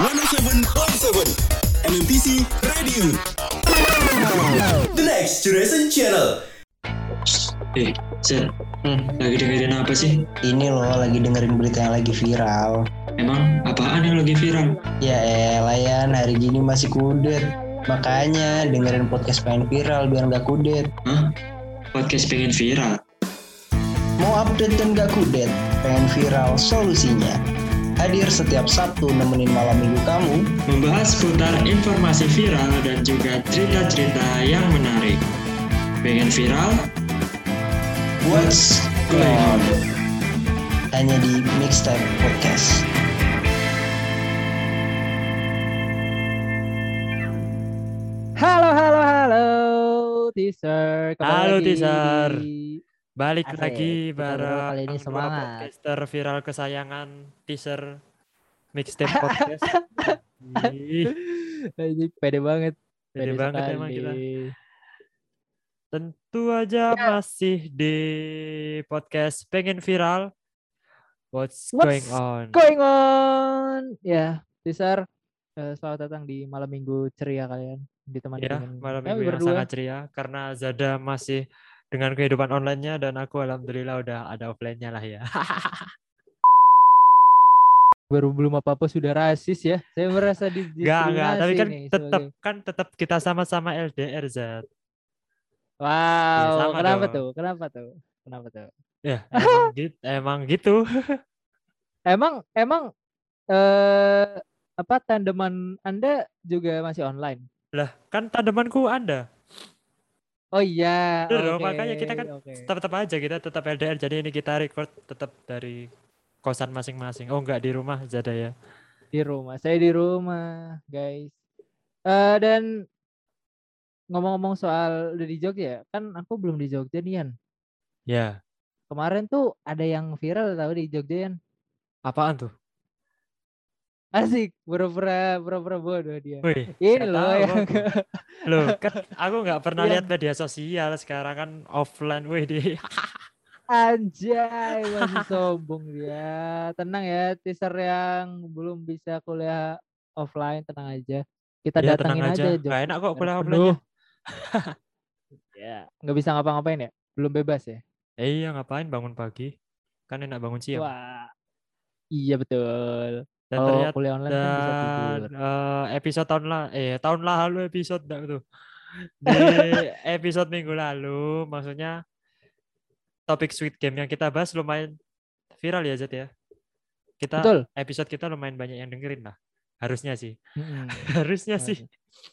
107.7 MMTC Radio. The Next Generation Channel. Zed, lagi dengerin apa sih? Ini loh lagi dengerin berita yang lagi viral. Emang apaan yang lagi viral? Ya elah Yan, hari gini masih kudet. Makanya dengerin podcast pengen viral biar gak kudet. Hah? Podcast pengen viral? Mau update dan gak kudet? Pengen viral solusinya. Hadir setiap Sabtu nemenin malam minggu kamu. Membahas seputar informasi viral dan juga cerita-cerita yang menarik. Pengen viral? What's going on? Hanya di Mixtape Podcast. Halo, teaser. Halo, Lagi teaser. di- Balik Asik, lagi kita berdua kali ini bareng dua semangat. podcaster viral kesayangan teaser Mixtape Podcast. Ih, Ini pede banget. pede banget sekali. emang kita. Tentu aja masih di podcast pengen viral. What's going on? Going on? Ya, teaser. Selamat datang di malam minggu ceria kalian. Ditemani Ya, dengan malam kami minggu yang berdua. sangat ceria karena Zada masih dengan kehidupan online-nya dan aku alhamdulillah udah ada offline-nya lah ya. Baru belum apa-apa sudah rasis ya. Saya merasa Enggak, tapi kan nih tetap kita sama-sama LDR, Zat. Wow, sama kenapa dong. tuh? Kenapa tuh? Ya, emang gitu. Emang apa tandeman Anda juga masih online? Lah, kan tandemanku Anda. Oh iya, Bener dong, oke, makanya kita kan oke. tetap aja kita tetap LDR. Jadi ini kita record tetap dari kosan masing-masing. Oh, enggak di rumah Zada ya. Di rumah. Saya di rumah, guys. Dan ngomong-ngomong soal udah di Jogja, kan aku belum di Jogja nih, Yan. Ya, Kemarin tuh ada yang viral tahu di Jogja, Yan. apaan tuh? Asik, pura-pura bodoh dia. Wih, Ini nggak loh tahu yang aku. Loh, kan aku nggak pernah Yang- lihat media sosial sekarang kan offline. Wih, di anjay masih sombong dia. Tenang ya, teaser yang belum bisa kuliah offline, tenang aja. Kita ya datangin tenang aja. aja Nggak Jogja enak kok biar kuliah penuh. offline-nya. Ya, nggak bisa ngapa-ngapain ya? Belum bebas ya? Iya, ngapain bangun pagi? Kan enak bangun siang. Wah, iya betul. Dan Kalau ternyata kuliah online kan bisa tidur. episode tahun lalu episode enggak tuh. Di episode minggu lalu maksudnya topik Squid Game yang kita bahas lumayan viral ya Zat ya. Betul. Episode kita lumayan banyak yang dengerin lah. Harusnya sih. Mm-mm. Harusnya sih.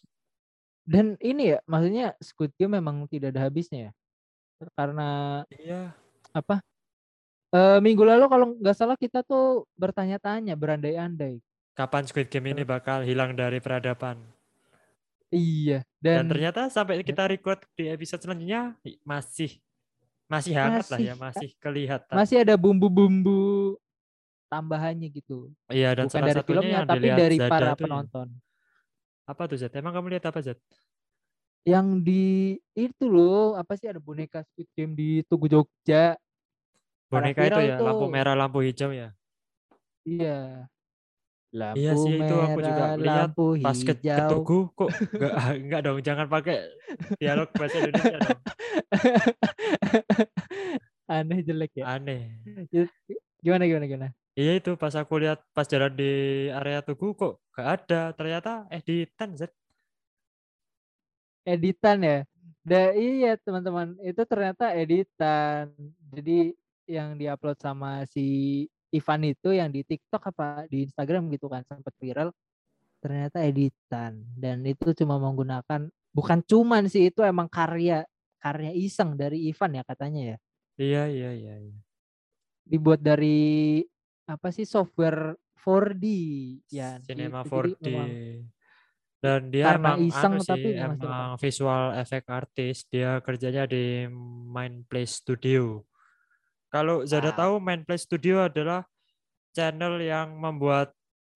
Dan ini ya, maksudnya Squid Game memang tidak ada habisnya ya. Karena Iya. apa? Minggu lalu kalau nggak salah kita tuh bertanya-tanya, berandai-andai. Kapan Squid Game ini bakal hilang dari peradaban? Iya. Dan Dan ternyata sampai kita record di episode selanjutnya masih hangat lah ya, masih kelihatan. masih ada bumbu-bumbu tambahannya gitu. Iya, dan Bukan salah dari satunya filmnya, yang tapi dilihat dari Zada para tuh ya. penonton. Apa tuh Zat? Emang kamu lihat apa Zat? Yang di itu loh, apa sih, ada boneka Squid Game di Tugu Jogja. Boneka itu viral ya, tuh. lampu merah, lampu hijau ya. Iya. Lampu Iya sih itu aku juga merah, lihat lampu pas ke hijau. Tugu kok enggak dong, jangan pakai dialog bahasa Indonesia dong. Aneh, jelek ya. Aneh. Gimana? Iya itu pas aku lihat pas jalan di area Tugu kok gak ada, ternyata editan Zat. Editan ya. Iya teman-teman, itu ternyata editan. Jadi yang diupload sama si Ivan itu yang di TikTok apa di Instagram gitu kan, sempat viral. Ternyata editan, dan itu cuma menggunakan, bukan cuman sih, itu emang karya iseng dari Ivan ya katanya ya. Iya. Dibuat dari apa sih, software 4D ya. Cinema Jadi 4D. memang Dan dia karena emang iseng anu tapi sih, menghasilkan. emang visual effect artist. Dia kerjanya di Mindplay Studio. Kalau Zada Wow. tahu, Mindplay Studio adalah channel yang membuat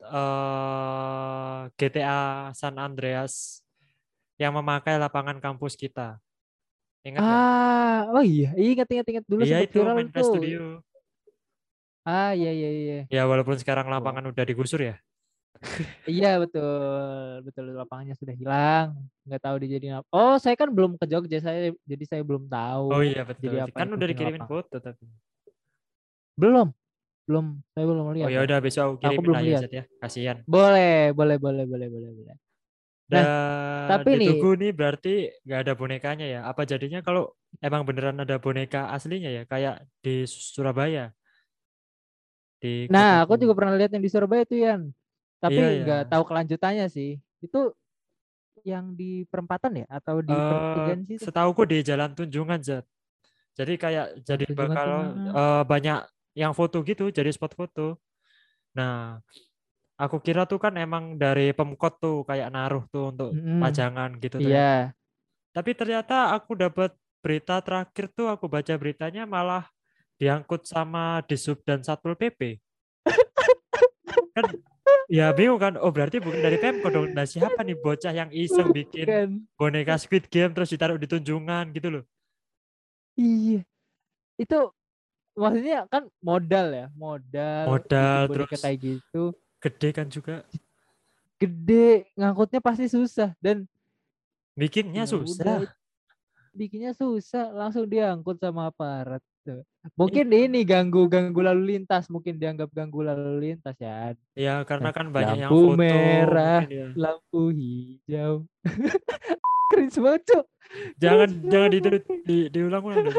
GTA San Andreas yang memakai lapangan kampus kita. Ingat nggak? Oh iya, ingat dulu Iya sempat itu viral Mindplay tuh. Studio. Iya. Ya walaupun sekarang lapangan udah digusur ya. Iya betul lapangannya sudah hilang, nggak tahu dijadiin apa. Oh saya kan belum ke Jogja, jadi saya belum Oh tahu iya betul. jadi apa Kan itu udah fungsinya dikirimin lapangan. foto tapi. Belum, saya belum Oh lihat ya ya. udah besok aku Aku kirimin belum lah ya lihat. Zat ya. Kasihan. Boleh. Nah Dan tapi di nih, Tugu nih berarti nggak ada bonekanya ya. Apa jadinya kalau emang beneran ada boneka aslinya ya kayak di Surabaya di nah aku kotaku. juga pernah lihat yang di Surabaya itu Yan. Iya Tapi nggak ya. tahu kelanjutannya sih. Itu yang di perempatan ya atau di pertigaan situ? Setauku di Jalan Tunjungan Zat. Jadi kayak Jalan jadi Tunjungan bakal tuh mana? banyak yang foto gitu jadi spot foto. Nah, aku kira tuh kan emang dari Pemkot tuh kayak naruh tuh untuk Mm-mm. pajangan gitu ternyata. Iya. Tapi ternyata aku dapat berita terakhir tuh aku baca beritanya malah diangkut sama Disub dan Satpol PP. Kan ya bingung kan. Oh berarti bukan dari Pemkot dong. Nah siapa nih bocah yang iseng bikin Bukan. boneka Squid Game terus ditaruh di Tunjungan gitu loh. Iya. Itu maksudnya kan modal ya, modal bikin Modal boneka terus kayak gitu, gede kan juga. gede, ngangkutnya pasti susah dan Bikinnya ya udah susah. bikinnya susah, langsung diangkut sama aparat tuh. Mungkin Iya. ini ganggu lalu lintas, mungkin dianggap ganggu lalu lintas ya. Ya karena Nah, kan banyak yang lampu foto merah, mungkin ya. lampu hijau. Keren banget, Cok. Keren Jangan jangan banget. diulang-ulang dong.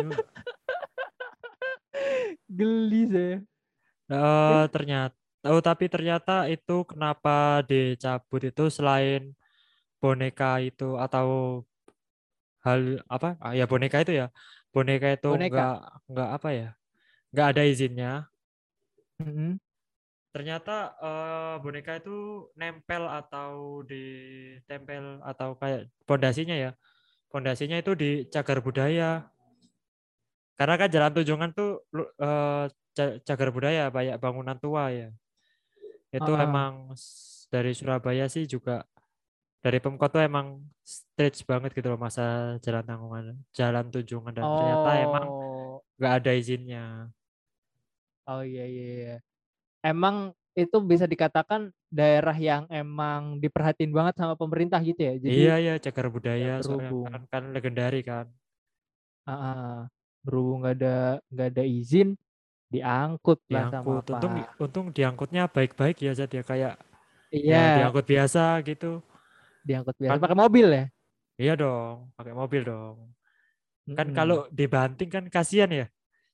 Geli saya. Eh, Ternyata tapi ternyata itu kenapa dicabut itu selain boneka itu atau hal apa? Ya boneka itu ya. Boneka itu boneka. nggak apa ya? Nggak ada izinnya. Mm-mm. Ternyata boneka itu nempel atau ditempel atau kayak pondasinya ya. Pondasinya itu di cagar budaya. Karena kan Jalan Tunjungan tuh cagar budaya banyak bangunan tua ya. Itu Heeh. emang dari Surabaya sih juga dari Pemkot tuh emang stretch banget gitu loh masa jalan tanggungan Jalan Tunjungan dan ternyata emang Oh, nggak ada izinnya. oh iya. Emang itu bisa dikatakan daerah yang emang diperhatiin banget sama pemerintah gitu ya. Jadi Iya ya cagar budaya ya soalnya berhubung, kan legendaris kan. ah, berhubung nggak ada izin, diangkut lah sama Diangkut. apa. Untung diangkutnya baik-baik ya jadi ya kayak ya Iya, diangkut biasa gitu. diangkut biasa Kan pakai mobil ya. iya dong, pakai mobil dong. Kan kalau Mm-mm. dibanting kan kasihan ya.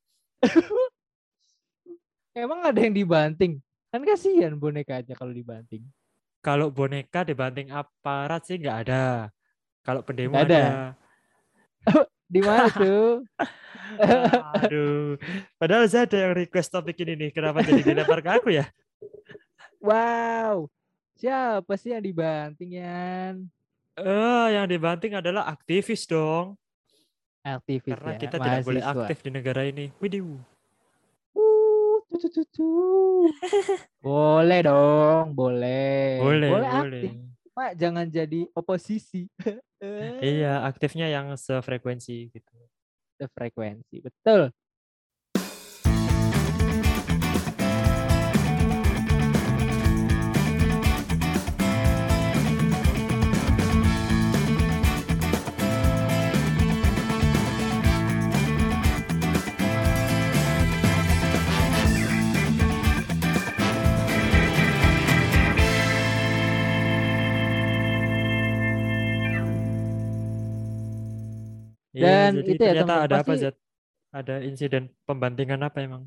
Emang ada yang dibanting? Kan kasihan boneka aja kalau dibanting. Kalau boneka dibanting aparat sih nggak ada. Kalau pendemo Nggak ada. ada. Di mana tuh? Aduh. Padahal saya ada yang request topik ini nih. Kenapa jadi dilempar ke aku ya? Wow, siapa sih yang dibanting Yan? Yang dibanting adalah aktivis dong. Aktivis Karena ya, kita tidak boleh mahasiswa. aktif di negara ini. Widih. Boleh dong, boleh. Boleh, Boleh boleh. aktif. Pak, jangan jadi oposisi. Iya, aktifnya yang sefrekuensi gitu. Frekuensi, betul. Iya, Dan jadi itu ya ternyata teman-teman ada apa, pasti Zat? Ada insiden pembantingan apa emang?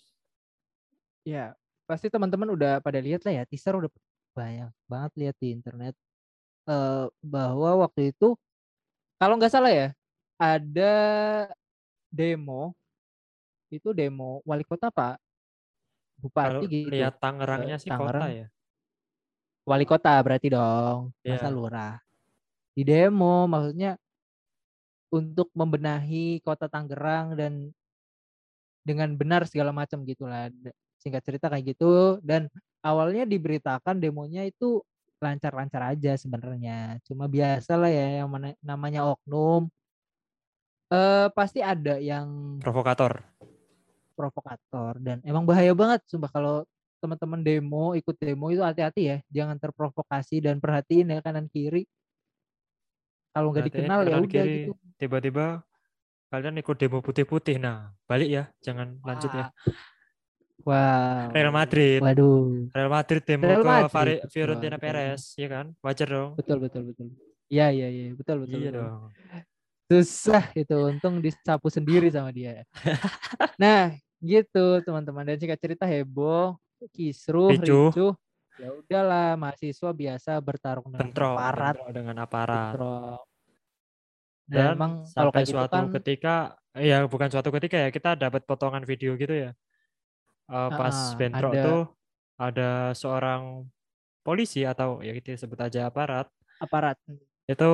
ya pasti teman-teman udah pada lihat lah ya, teaser udah banyak banget lihat di internet bahwa waktu itu kalau nggak salah ya ada demo, itu demo wali kota Pak Kalau Bupati gitu, lihat Tangerangnya sih kota Tangerang. ya. Wali kota berarti dong, masa Iya. lurah. Di demo maksudnya untuk membenahi kota Tangerang dan dengan benar segala macam gitulah. Singkat cerita kayak gitu, dan awalnya diberitakan demonya itu lancar-lancar aja sebenarnya. Cuma biasa lah ya yang namanya oknum, pasti ada yang Provokator. provokator dan emang bahaya banget sumpah kalau teman-teman demo, ikut demo itu hati-hati ya, jangan terprovokasi dan perhatiin ya kanan kiri. Kalau nggak Perhatiin dikenal ya kanan udah kiri, gitu. tiba-tiba kalian ikut demo putih-putih. Nah, balik ya, jangan lanjut ya. Wow. Real Madrid. Waduh. Real Madrid demo Real ke Madrid. Betul, Fiorentina betul, Perez, ya kan? Wajar dong. betul. Iya, betul. Iya dong. Susah itu, untung disapu sendiri sama dia. Nah, gitu teman-teman. Dan singkat cerita heboh, kisruh, Ricuh. ricuh. Ya udahlah, mahasiswa biasa bertarung dengan aparat. Bentrok dengan aparat. Bentrok. Dan Dan emang kalau sampai kayak gitu suatu kan, ketika, ya bukan suatu ketika ya, kita dapat potongan video gitu ya. Pas bentrok ada tuh ada seorang polisi atau ya kita sebut aja aparat aparat. itu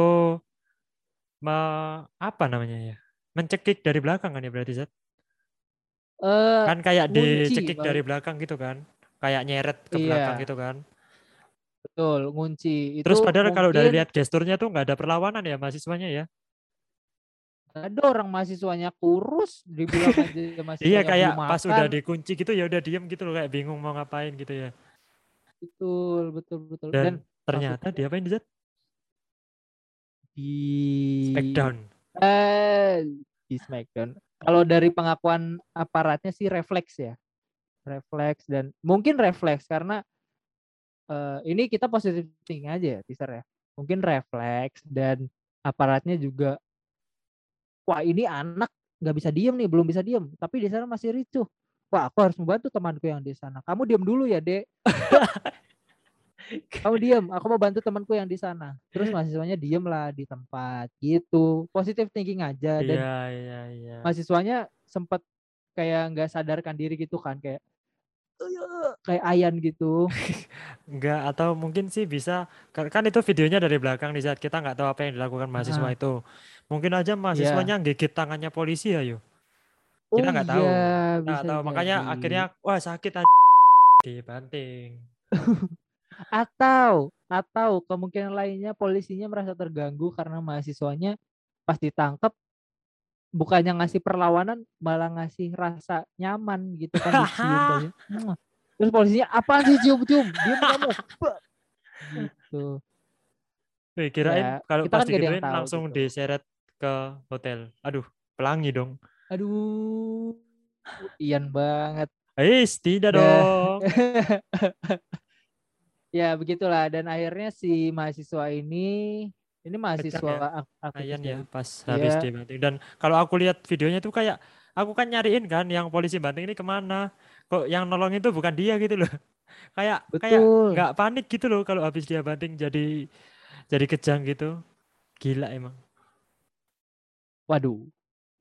apa namanya ya, mencekik dari belakang kan ya berarti Zat? Kan kayak Ngunci, dicekik dari belakang gitu kan, kayak nyeret ke belakang iya, gitu kan. betul, ngunci. Terus Itu padahal kalau dari mungkin lihat gesturnya tuh nggak ada perlawanan ya mahasiswanya ya. ada orang mahasiswanya kurus, dibilang aja Iya mahasiswanya kayak belum pas udah makan. dikunci gitu ya udah diem gitu loh, kayak bingung mau ngapain gitu ya. Betul. Dan Dan ternyata maksudnya diapain Zat? di Smackdown. eh di Smackdown. Kalau dari pengakuan aparatnya sih refleks ya. Refleks dan mungkin refleks karena ini kita positif thinking aja ya, teaser ya. Mungkin refleks dan aparatnya juga, wah ini anak nggak bisa diem nih, belum bisa diem, tapi di sana masih ricuh. Wah, aku harus membantu temanku yang di sana. Kamu diem dulu ya, Dek. Kamu diem, aku mau bantu temanku yang di sana. Terus mahasiswanya diem lah di tempat gitu. Positive thinking aja. Dan Iya. mahasiswanya sempat kayak nggak sadarkan diri gitu kan, kayak ayan gitu. Enggak, atau mungkin sih bisa, kan itu videonya dari belakang di saat kita nggak tahu apa yang dilakukan mahasiswa Ah, itu. Mungkin aja iya. mahasiswanya gigit tangannya polisi ya yuk. Oh Kita nggak iya, tahu. Kita nggak bisa tahu. Makanya jadi. akhirnya wah sakit dibanting. Atau kemungkinan lainnya polisinya merasa terganggu karena mahasiswanya pas ditangkap bukannya ngasih perlawanan malah ngasih rasa nyaman gitu kan, dicium polisi. Terus polisinya apaan sih cium-cium? Diam kamu. Gitu. Wih, kirain Ya, kalau kita pas kan gak ada yang digituin tahu langsung gitu. diseret ke hotel. Aduh, pelangi dong. Aduh. Ian banget. Tidak Dah. dong. Ya, begitulah dan akhirnya si mahasiswa ini Kejam ya. mahasiswa aktivis Ayan ya dari pas habis ya. dibanting. Dan kalau aku lihat videonya tuh kayak aku kan nyariin kan yang polisi banting ini kemana. Kok yang nolong itu bukan dia gitu loh. Kayak Betul. nggak panik gitu loh kalau habis dia banting jadi kejang gitu. Gila emang. Waduh.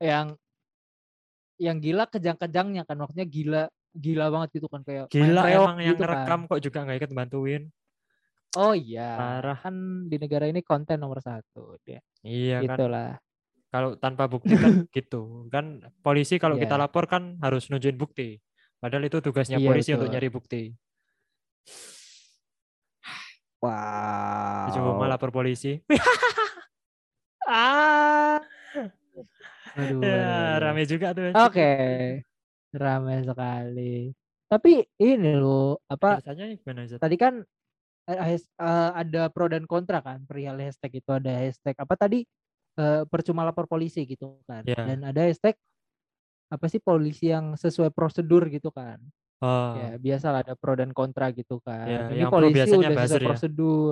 Yang gila kejang-kejangnya kan, maksudnya gila banget gitu kan, kayak main Gila reok emang yang gitu kan. ngerekam kok juga nggak ikut bantuin. Oh iya, Parah. kan di negara ini konten nomor 1 dia. Iya kan. Itulah. Kalau tanpa bukti kan gitu. Kan polisi kalau kita Iya. lapor kan harus nunjukin bukti. Padahal itu tugasnya Iya polisi untuk betul. nyari bukti. Cuma Wow. lapor polisi. Ah. Aduh. Ya, rame juga tuh. Oke. Ramai sekali. Tapi ini loh, apa Rasanya gimana Zat? tadi kan ada pro dan kontra kan perihal hashtag itu, ada hashtag apa tadi, percuma lapor polisi gitu kan, Ya. dan ada hashtag apa sih, polisi yang sesuai prosedur gitu kan. Oh, Ya biasalah ada pro dan kontra gitu kan. ya, Ini yang pro polisi biasanya udah buzzer sesuai ya. prosedur.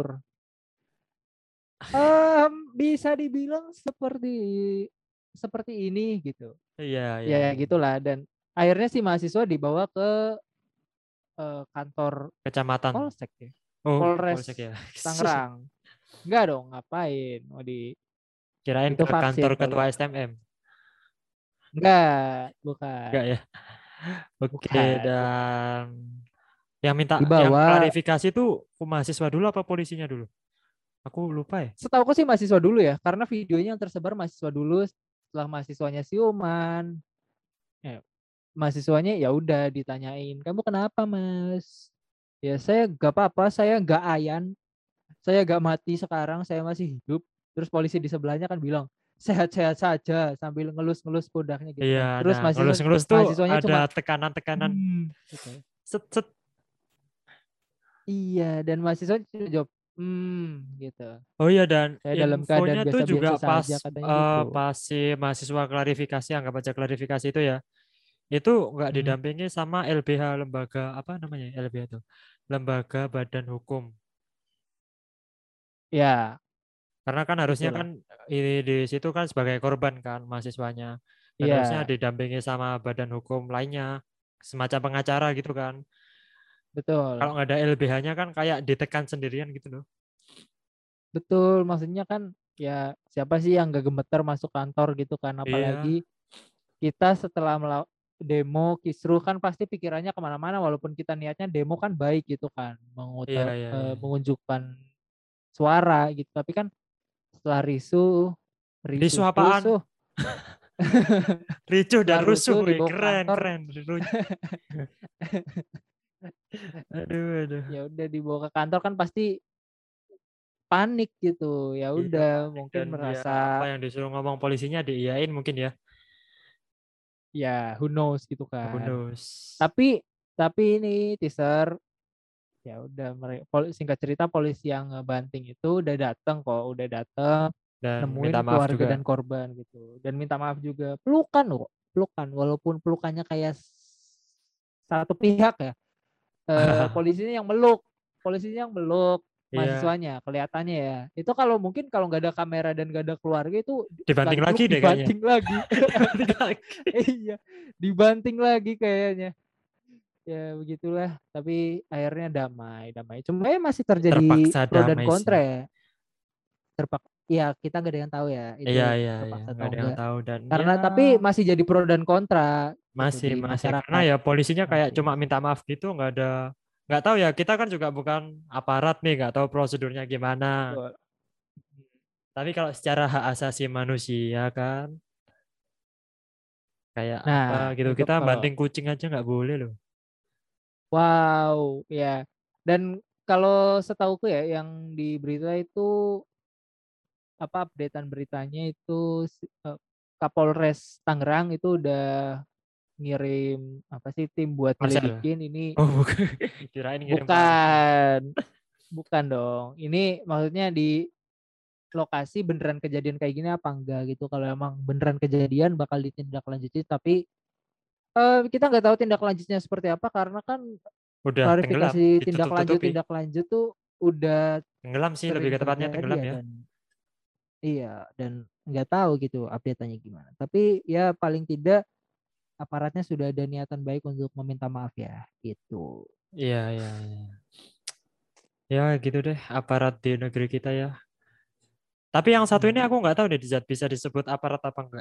Bisa dibilang seperti ini gitu. Iya. Ya gitulah, dan akhirnya si mahasiswa dibawa ke kantor Kecamatan. Polsek ya. Oh, Polres Polsek ya. Tangerang. Enggak dong, ngapain? Mau Kirain itu ke vaksin kantor kali. ketua STMM. Enggak, bukan. Enggak ya. Oke, Bukan. dan yang minta yang Dibawa. klarifikasi tuh mahasiswa dulu apa polisinya dulu? Aku lupa ya. Setahu aku sih mahasiswa dulu ya, karena videonya yang tersebar mahasiswa dulu. Setelah mahasiswanya siuman, mahasiswanya ya udah ditanyain, kamu kenapa mas? Ya saya gak apa-apa, saya gak ayan, saya gak mati sekarang, saya masih hidup. Terus polisi di sebelahnya kan bilang sehat-sehat saja sambil ngelus-ngelus pundaknya gitu Iya, kan. Terus nah ngelus-ngelus tuh mahasiswanya ada cuma tekanan-tekanan. gitu. Set set. Iya, dan mahasiswa cuma jawab, gitu. Oh iya, dan Saya dalam keadaan infonya tuh juga biasa-biasa pas saja katanya gitu. pas si mahasiswa klarifikasi, anggap aja klarifikasi itu nggak Hmm, didampingi sama LBH, lembaga apa namanya ya, LBH itu, lembaga badan hukum. ya, Karena kan harusnya kan itulah. ini di situ kan sebagai korban kan mahasiswanya, dan harusnya Iya, didampingi sama badan hukum lainnya, semacam pengacara gitu kan. Kalau betul. nggak ada LBH-nya kan kayak ditekan sendirian gitu loh. Betul, maksudnya kan ya siapa sih yang gak gemeter masuk kantor gitu kan, Iya, apalagi kita setelah demo kisruh kan pasti pikirannya kemana-mana walaupun kita niatnya demo kan baik gitu kan, iya, iya, iya. mengunjukkan suara gitu, tapi kan setelah Risu apaan? rusuh, Ricuh dan setelah rusuh, rusuh weh. dibawa ke Keren, kantor, keren. Aduh, aduh. ya udah dibawa ke kantor kan pasti panik gitu, ya Iya, udah panik mungkin dan dia apa merasa yang disuruh ngomong polisinya diiyain mungkin ya. ya who knows gitu Who kan. knows. Tapi ini teaser ya udah singkat cerita polisi yang ngebanting itu udah datang kok, udah datang Dan minta nemuin maaf keluarga juga. dan korban gitu dan minta maaf juga, pelukan kok, pelukan walaupun pelukannya kayak satu pihak ya, polisinya yang meluk Iya, mahasiswanya kelihatannya ya, itu kalau mungkin kalau nggak ada kamera dan nggak ada keluarga itu setelah dibanting dipeluk lagi deh kayaknya. dibanting lagi. Dibanting lagi. Iya, dibanting lagi kayaknya. Ya begitulah, tapi akhirnya damai damai, cuma ya masih terjadi Terpaksa pro dan damai kontra sih. ya, ya kita gak ada yang tahu ya Iya, itu iya, iya. terpaksa Nggak atau ada yang enggak, tahu dan ya karena tapi masih jadi pro dan kontra gitu masih di masih karena masyarakat, ya polisinya kayak masih. cuma minta maaf gitu, nggak tahu ya, kita kan juga bukan aparat nih, nggak tahu prosedurnya gimana. Betul. Tapi kalau secara hak asasi manusia kan kayak apa Nah gitu, itu kita kalau banting kucing aja nggak boleh loh. wow ya, dan kalau setauku ya yang di berita itu apa updatean beritanya itu Kapolres Tangerang itu udah ngirim apa sih tim buat Marcel. nyelidikin ini. Oh, bukan. Kirain ngirim parcel. Bukan, bukan dong. Ini maksudnya di lokasi beneran kejadian kayak gini apa enggak gitu. Kalau emang beneran kejadian bakal ditindaklanjuti. Tapi kita nggak tahu tindak lanjutnya seperti apa karena kan Udah tenggelam, klarifikasi ditutup-tutupi. tindak lanjut tuh udah Tenggelam sih, lebih sering ke tepatnya terjadi tenggelam ya, ya. dan iya dan nggak tahu gitu update-nya gimana. Tapi ya paling tidak aparatnya sudah ada niatan baik untuk meminta maaf ya gitu. Iya, iya, iya. Ya gitu deh aparat di negeri kita ya. Tapi yang satu ini Hmm. aku nggak tahu deh bisa disebut aparat apa enggak.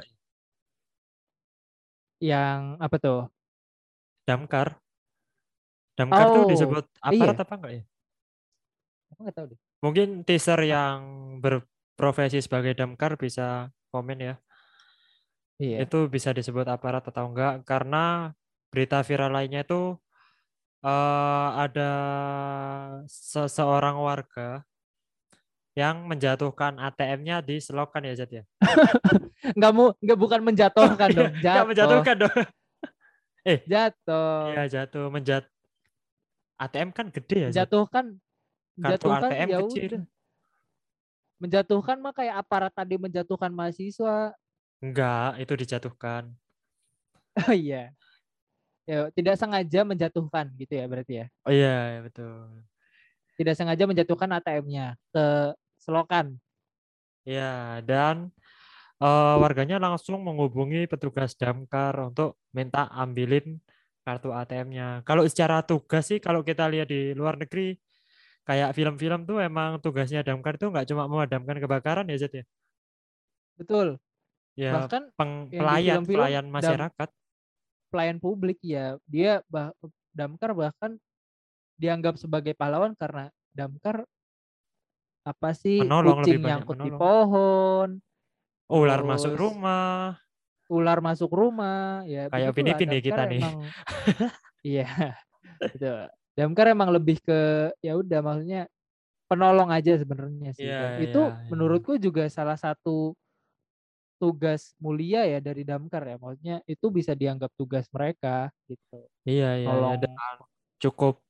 Yang apa tuh? Damkar. Damkar tuh Oh, disebut aparat iya, apa enggak ya? aku nggak tahu deh. Mungkin teaser Ap- yang berprofesi sebagai damkar bisa komen ya. Iya. Itu bisa disebut aparat atau enggak, karena berita viral lainnya itu ada seseorang warga yang menjatuhkan ATM-nya di selokan ya Zat ya. Nggak, bukan menjatuhkan dong, Enggak jatuh, menjatuhkan dong. Eh, iya jatuh, jatuh ATM kan gede ya Zat. menjatuhkan, Kartu menjatuhkan ATM ya kecil. udah, menjatuhkan mah kayak aparat tadi menjatuhkan mahasiswa. Enggak, itu dijatuhkan. Oh iya, ya tidak sengaja menjatuhkan gitu ya berarti ya, Oh iya, iya, betul. tidak sengaja menjatuhkan ATM-nya ke selokan. Iya, dan warganya langsung menghubungi petugas damkar untuk minta ambilin kartu ATM-nya. Kalau secara tugas sih, kalau kita lihat di luar negeri, kayak film-film tuh emang tugasnya damkar itu nggak cuma memadamkan kebakaran ya, Zat ya. Betul, Ya, bahkan yang di pelayan, film-film pelayan masyarakat. pelayan publik ya, dia damkar bahkan dianggap sebagai pahlawan karena damkar apa sih Menolong, lebih kucing banyak nyangkut di menolong. pohon, Ular masuk terus rumah, ular masuk rumah, ya kayak Upin begitulah Ipin nih kita damkar nih. emang. Iya, betul. Damkar emang lebih ke ya udah maksudnya penolong aja sebenarnya sih, Iya, dan iya, itu iya. menurutku juga salah satu tugas mulia ya dari damkar ya, maksudnya itu bisa dianggap tugas mereka gitu, Iya, iya, iya. Dan nolong. cukup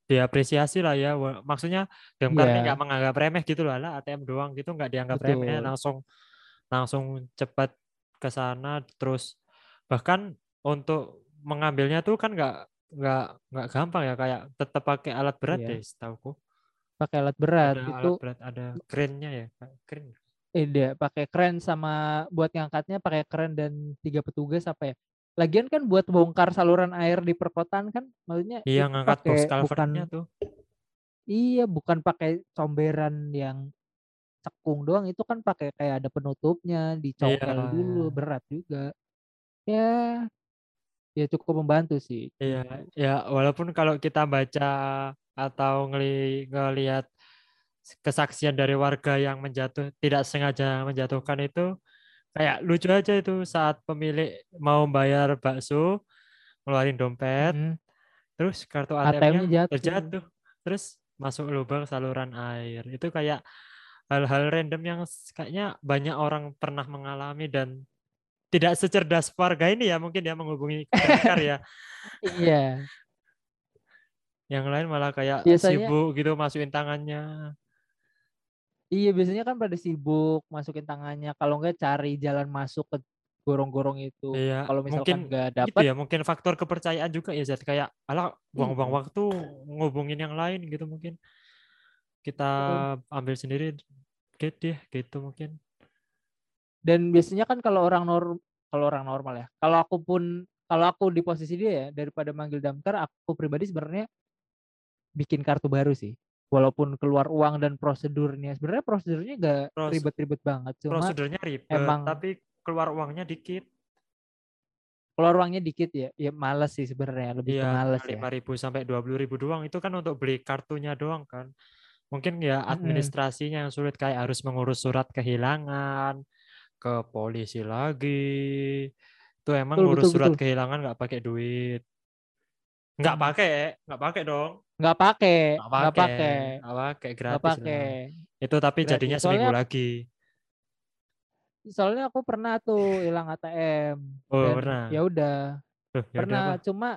diapresiasi lah ya. Maksudnya Damkar ini Iya, nggak menganggap remeh gitu loh, lah ATM doang gitu nggak dianggap remeh, betul. langsung langsung cepat ke sana. Terus bahkan untuk mengambilnya tuh kan nggak gampang ya, kayak tetap pakai alat berat deh Iya, setauku. pakai alat berat Ada itu alat berat, ada crane-nya ya, crane. pakai kren sama buat ngangkatnya pakai kren dan 3 petugas apa ya. Lagian kan buat bongkar saluran air di perkotaan kan maksudnya Iya, itu ngangkat box pakai culvertnya bukan tuh. bukan pakai comberan yang cekung doang, itu kan pakai kayak ada penutupnya, Iya, dicongkel dulu, berat juga. Ya, ya cukup membantu sih iya, gitu. ya walaupun kalau kita baca atau ngelihat kesaksian dari warga yang tidak sengaja menjatuhkan itu, kayak lucu aja itu saat pemilik mau bayar bakso, ngeluarin dompet, Mm-mm. terus kartu ATM-nya ATM-nya jatuh. terjatuh, terus masuk lubang saluran air. Itu kayak hal-hal random yang kayaknya banyak orang pernah mengalami dan tidak secerdas warga ini ya mungkin ya menghubungi damkar ya. Iya, Yang lain malah kayak biasanya sibuk gitu masukin tangannya. biasanya kan pada sibuk masukin tangannya, kalau enggak cari jalan masuk ke gorong-gorong itu. Iya, Kalau mungkin misalkan nggak itu dapat, ya, mungkin faktor kepercayaan juga ya, Zat. Kayak, alah, buang-buang iya. waktu ngubungin yang lain gitu mungkin. Kita Eh, ambil sendiri, gitu deh, gitu mungkin. Dan biasanya kan kalau orang normal ya, kalau aku di posisi dia ya, daripada manggil damkar, aku pribadi sebenarnya bikin kartu baru sih. Walaupun keluar uang dan prosedurnya, sebenarnya prosedurnya gak Pros ribet-ribet banget, cuma Prosedurnya ribet, emang tapi keluar uangnya dikit. keluar uangnya dikit ya. Ya males sih sebenarnya, lebih Iya, ke cuma males ya. 5.000 sampai 20.000 doang. Itu kan untuk beli kartunya doang kan. Mungkin ya Mm-mm. administrasinya yang sulit, kayak harus mengurus surat kehilangan ke polisi lagi. Itu emang Betul, ngurus betul, surat betul. kehilangan nggak pakai duit. Nggak Mm. pakai, nggak pakai dong. Nggak pakai, Nggak nggak pakai, pakai, nggak pakai, nggak gratis pakai. lah. Itu tapi Gratis. jadinya seminggu lagi. Soalnya aku pernah tuh hilang ATM Oh, dan pernah. ya udah Tuh, ya udah apa? pernah, cuma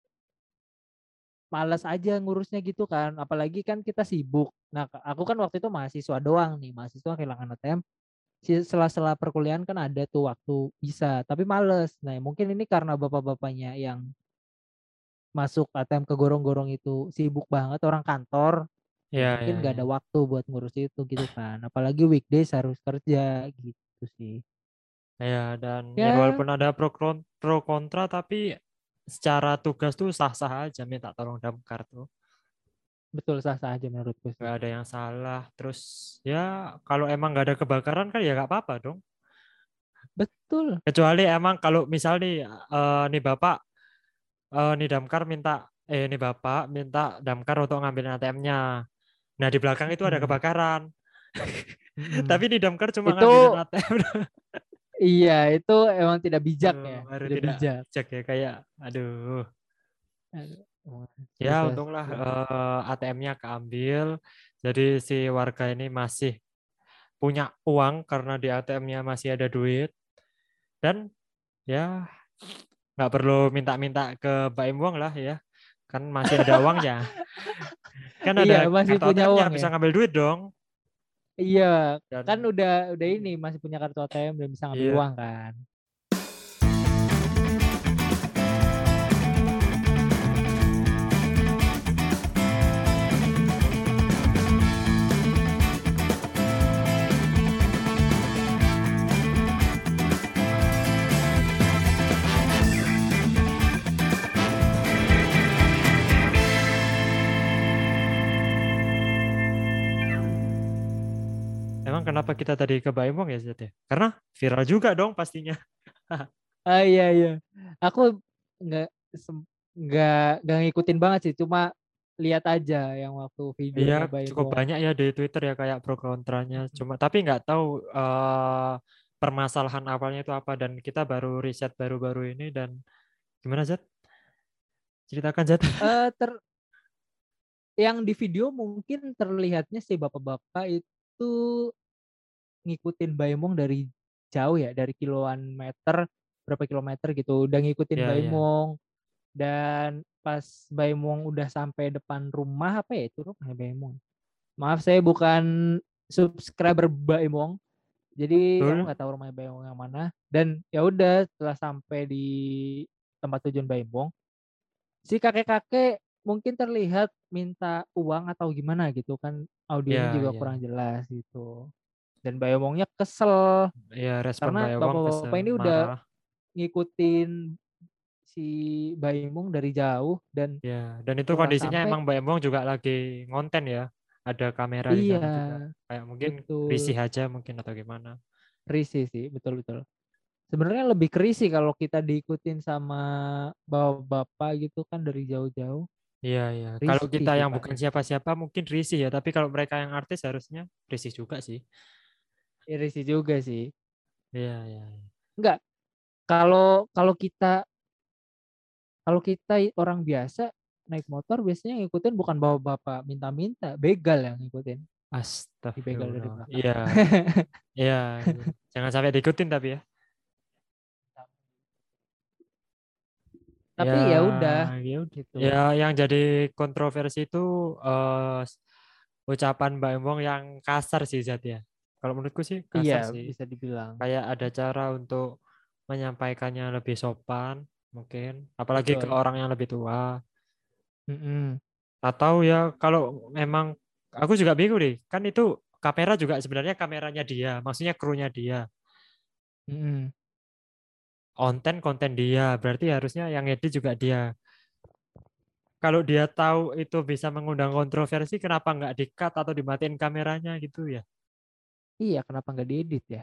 malas aja ngurusnya gitu kan, apalagi kan kita sibuk. Nah, aku kan waktu itu mahasiswa doang nih, mahasiswa kehilangan ATM. Sela-sela perkuliahan kan ada tuh waktu bisa, tapi males. Nah, mungkin ini karena bapak-bapaknya yang masuk ATM ke gorong-gorong itu sibuk banget, orang kantor, ya Ya, mungkin ya, gak ada ya. waktu buat ngurus itu gitu kan, apalagi weekdays harus kerja gitu sih. Ya, dan ya Ya walaupun ada pro kontra, tapi secara tugas tuh sah-sah aja minta tolong damkar tuh. betul, sah-sah aja menurutku Nggak sih. ada yang salah. Terus ya kalau emang nggak ada kebakaran kan ya nggak apa-apa dong. Betul. Kecuali emang kalau misal nih, nih Bapak, nih damkar minta, nih Bapak minta damkar untuk ngambil ATM-nya. Nah, di belakang itu ada Mm-mm. kebakaran. Tapi Mm-mm. di damkar cuma Itu ngambilin ATM. iya, itu emang tidak bijak Aduh, ya, baru tidak tidak bijak. bijak ya, kayak aduh. Aduh, emang Ya susah untunglah sih. ATM-nya keambil. Jadi si warga ini masih punya uang karena di ATM-nya masih ada duit. Dan ya nggak perlu minta-minta ke Mbak Im Wong lah ya. Kan masih ada uangnya. Kan Iya, ada masih kartu punya ATM-nya, uang bisa ya. ngambil duit dong. Iya, kan Dan udah ini masih punya kartu ATM dan bisa ngambil iya. uang kan. Emang kenapa kita tadi ke Mbak Im Wong ya, Zat ya? Karena viral juga dong pastinya. Ah, iya, iya. Aku nggak nggak ngikutin banget sih, cuma lihat aja yang waktu Iya, videonya Baim cukup Wong. banyak ya di Twitter ya kayak pro kontranya. Cuma tapi nggak tahu permasalahan awalnya itu apa, dan kita baru riset baru-baru ini. Dan gimana, Zat? Ceritakan, Zat. Eh ter yang di video mungkin terlihatnya si bapak-bapak itu ngikutin Baim Wong dari jauh ya, dari kiloan meter, berapa kilometer gitu, udah ngikutin Ya, Baim ya. Wong. Dan pas Baimong udah sampai depan rumah, apa ya itu rumahnya Baimong. Maaf saya bukan subscriber Baimong. Jadi aku Betul. nggak tahu rumahnya Baimong yang mana. Dan ya udah setelah sampai di tempat tujuan Baimong, si kakek-kakek mungkin terlihat minta uang atau gimana gitu kan, audionya Ya, juga ya. kurang jelas gitu. Dan Baimongnya kesel Ya, respon karena Mbak Wong bapak-bapak kesel, ini udah marah. ngikutin si Baimong dari jauh dan Ya, dan itu setelah kondisinya sampai emang Mbak Wong juga lagi ngonten ya. Ada kamera di iya sana juga. Kayak mungkin risih betul aja mungkin atau gimana. risih sih betul-betul. Sebenarnya lebih risih kalau kita diikutin sama bapak-bapak gitu kan dari jauh-jauh. Iya, iya. Kalau Risih kita sih yang Pak. bukan siapa-siapa mungkin risih ya, tapi kalau mereka yang artis harusnya risih juga sih. Risih juga sih. Iya, iya. Enggak, kalau kalau kita orang biasa naik motor biasanya ngikutin bukan bawa bapak minta-minta, begal yang ngikutin. Dibegal dari Astagfirullah. belakang. Iya, iya. Jangan sampai diikutin tapi ya. Ya, Tapi ya udah ya udah. Ya, gitu. yang jadi kontroversi itu ucapan Mbak Embong yang kasar sih Zat ya. Kalau menurutku sih Iya, kasar sih. bisa dibilang. Kayak ada cara untuk menyampaikannya lebih sopan mungkin, apalagi ke Betul. orang yang lebih tua. Mm-mm. Atau ya kalau memang aku juga bingung deh, kan itu kamera juga sebenarnya kameranya dia, maksudnya krunya dia. Mm-mm. Konten dia, berarti harusnya yang edit juga dia. Kalau dia tahu itu bisa mengundang kontroversi, kenapa nggak di-cut atau dimatiin kameranya gitu ya? Iya, kenapa nggak diedit ya?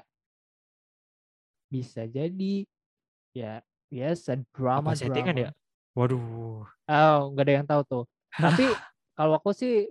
Bisa jadi ya biasa Apa settingan ya? drama-drama. Waduh. Oh, nggak ada yang tahu tuh. Tapi kalau aku sih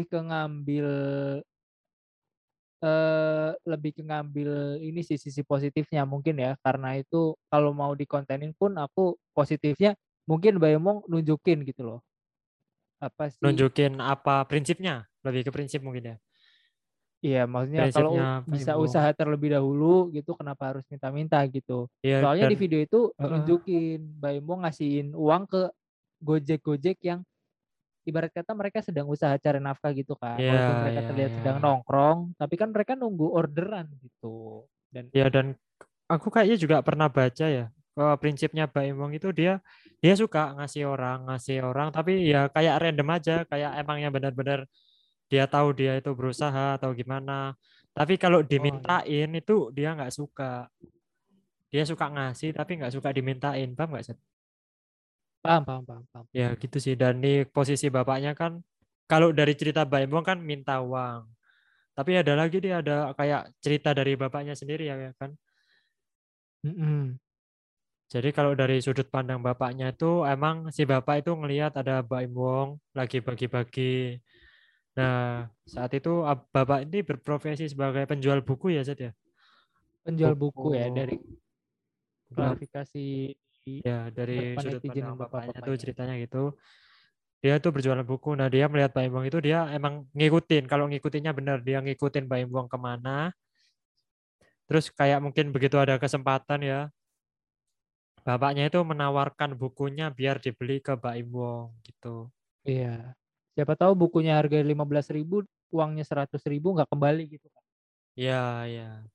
lebih ke ngambil ini sih sisi positifnya mungkin ya, karena itu kalau mau dikontenin pun aku positifnya mungkin Bayemong nunjukin gitu loh apa sih. Nunjukin apa prinsipnya? Lebih ke prinsip mungkin ya. Iya, maksudnya kalau Prinsipnya Pak bisa Imbong. usaha terlebih dahulu gitu, kenapa harus minta-minta gitu. Ya Soalnya dan di video itu Heeh. nunjukin Bayemong ngasihin uang ke Gojek-Gojek yang ibarat kata mereka sedang usaha cari nafkah gitu kan. Ya, Walaupun mereka ya, terlihat sedang ya. nongkrong, tapi kan mereka nunggu orderan gitu. Dan Ya dan aku kayaknya juga pernah baca ya, prinsipnya Pak Imbong itu dia dia suka ngasih orang tapi ya kayak random aja, kayak emangnya benar-benar dia tahu dia itu berusaha atau gimana. Tapi kalau oh ya, dimintain itu dia nggak suka. Dia suka ngasih tapi nggak suka dimintain, paham nggak Seth? paham, paham, paham, paham. Ya gitu sih. Dan di posisi bapaknya kan, kalau dari cerita Mbak Embong kan minta uang. Tapi ada lagi dia ada kayak cerita dari bapaknya sendiri ya kan. Mm-mm. Jadi kalau dari sudut pandang bapaknya itu emang si bapak itu ngelihat ada Mbak Embong lagi bagi-bagi. Nah saat itu bapak ini berprofesi sebagai penjual buku ya Zed ya. Penjual Buku buku ya dari bap- klarifikasi di ya dari beberapa sudut netizen pandang dan bapaknya tuh bapak-bapaknya. ceritanya gitu. Dia tuh berjualan buku. Nah, dia melihat Mbak Imbong itu dia emang ngikutin. Kalau ngikutinnya benar, dia ngikutin Mbak Imbong kemana. Terus kayak mungkin begitu ada kesempatan ya, bapaknya itu menawarkan bukunya biar dibeli ke Mbak Imbong gitu. Iya. Siapa tahu bukunya harga 15.000, uangnya 100.000 nggak kembali gitu kan. Ya, ya.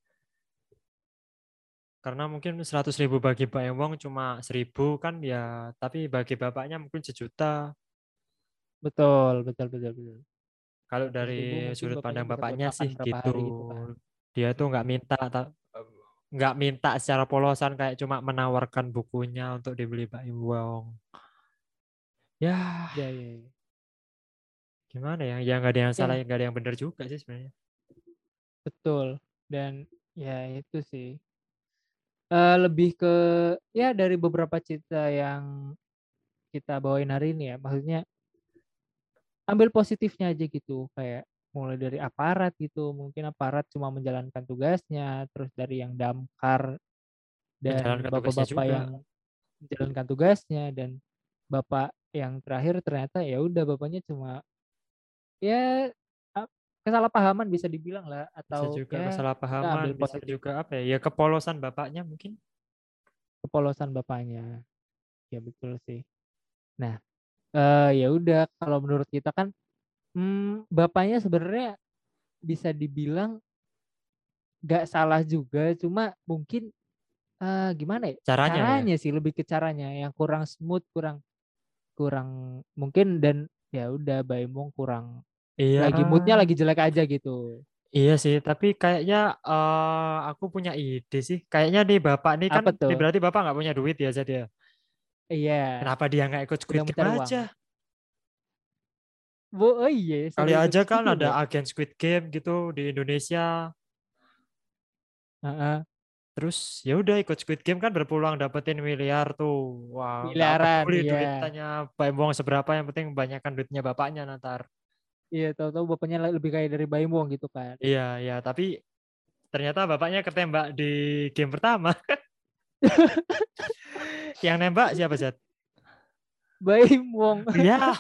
Karena mungkin 100.000 bagi Mbak Imbong cuma 1.000 kan ya, tapi bagi bapaknya mungkin 1 juta. Betul, betul, betul, betul. Kalau 100.000 dari mungkin sudut bapaknya pandang bisa buat bapaknya makan sih berapa gitu. hari gitu kan. Dia tuh Mm-mm. nggak minta secara polosan kayak cuma menawarkan bukunya untuk dibeli Mbak Imbong. Ya, Ya, ya, ya. gimana ya? Ya nggak ada yang salah, Ya, nggak ada yang benar juga sih sebenarnya. betul. Dan ya itu sih. Lebih ke ya dari beberapa cerita yang kita bawain hari ini ya. Maksudnya ambil positifnya aja gitu. Kayak mulai dari aparat gitu. Mungkin aparat cuma menjalankan tugasnya. Terus dari yang damkar dan Menjalankan tugasnya bapak-bapak juga. yang menjalankan tugasnya. Dan bapak yang terakhir ternyata ya udah bapaknya cuma ya a- kesalahpahaman bisa dibilang lah. Bisa Atau juga ya kita kesalahpahaman, ambil bisa positif juga apa ya? Ya kepolosan bapaknya mungkin. kepolosan bapaknya. Ya betul sih. Nah, Ya udah kalau menurut kita kan bapaknya sebenarnya bisa dibilang nggak salah juga, cuma mungkin gimana ya? Caranya ya. Caranya sih lebih ke caranya yang kurang smooth, kurang kurang mungkin, dan ya udah Baimong kurang Iya. lagi moodnya lagi jelek aja gitu. Iya sih, tapi kayaknya aku punya ide sih. Kayaknya nih bapak nih kan, Apa nih tuh? berarti bapak nggak punya duit ya jadi ya. Iya, Kenapa dia nggak ikut Squid sedang Game mencari uang. aja? Oh iya, Kali sampai ikut aja Squid kan Game ada ya? agen Squid Game gitu di Indonesia. Heeh, Terus ya udah ikut Squid Game kan berpeluang dapetin miliar tuh. Wah, nggak miliaran, peduli iya. duitnya Pak Embong seberapa, yang penting banyakkan duitnya bapaknya nanti. Iya, tahu-tahu bapaknya lebih kaya dari Baimong gitu kan. Iya, ya, tapi ternyata bapaknya ketembak di game pertama. Yang nembak siapa, Zat? Baimong. Iya.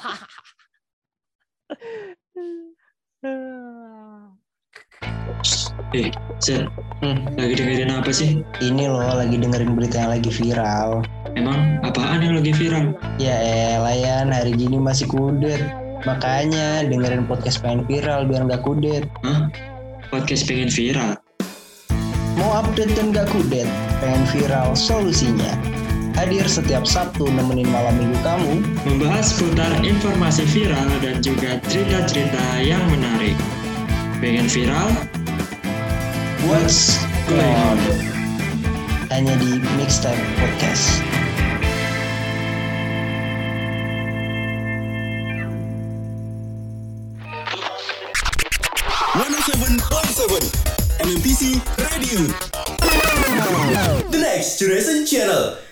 Zat, lagi dengerin apa sih? Ini loh lagi dengerin berita yang lagi viral. Emang apaan yang lagi viral? Ya elah Yan, hari gini masih kudet. Makanya dengerin podcast pengen viral biar nggak kudet. Hah? Podcast pengen viral? Mau update dan nggak kudet? Pengen viral solusinya. Hadir setiap Sabtu nemenin malam minggu kamu. Membahas seputar informasi viral dan juga cerita-cerita yang menarik. Pengen viral? What's going on? Hanya di Mixtape Podcast. MMTC Radio. The Next Generation Channel.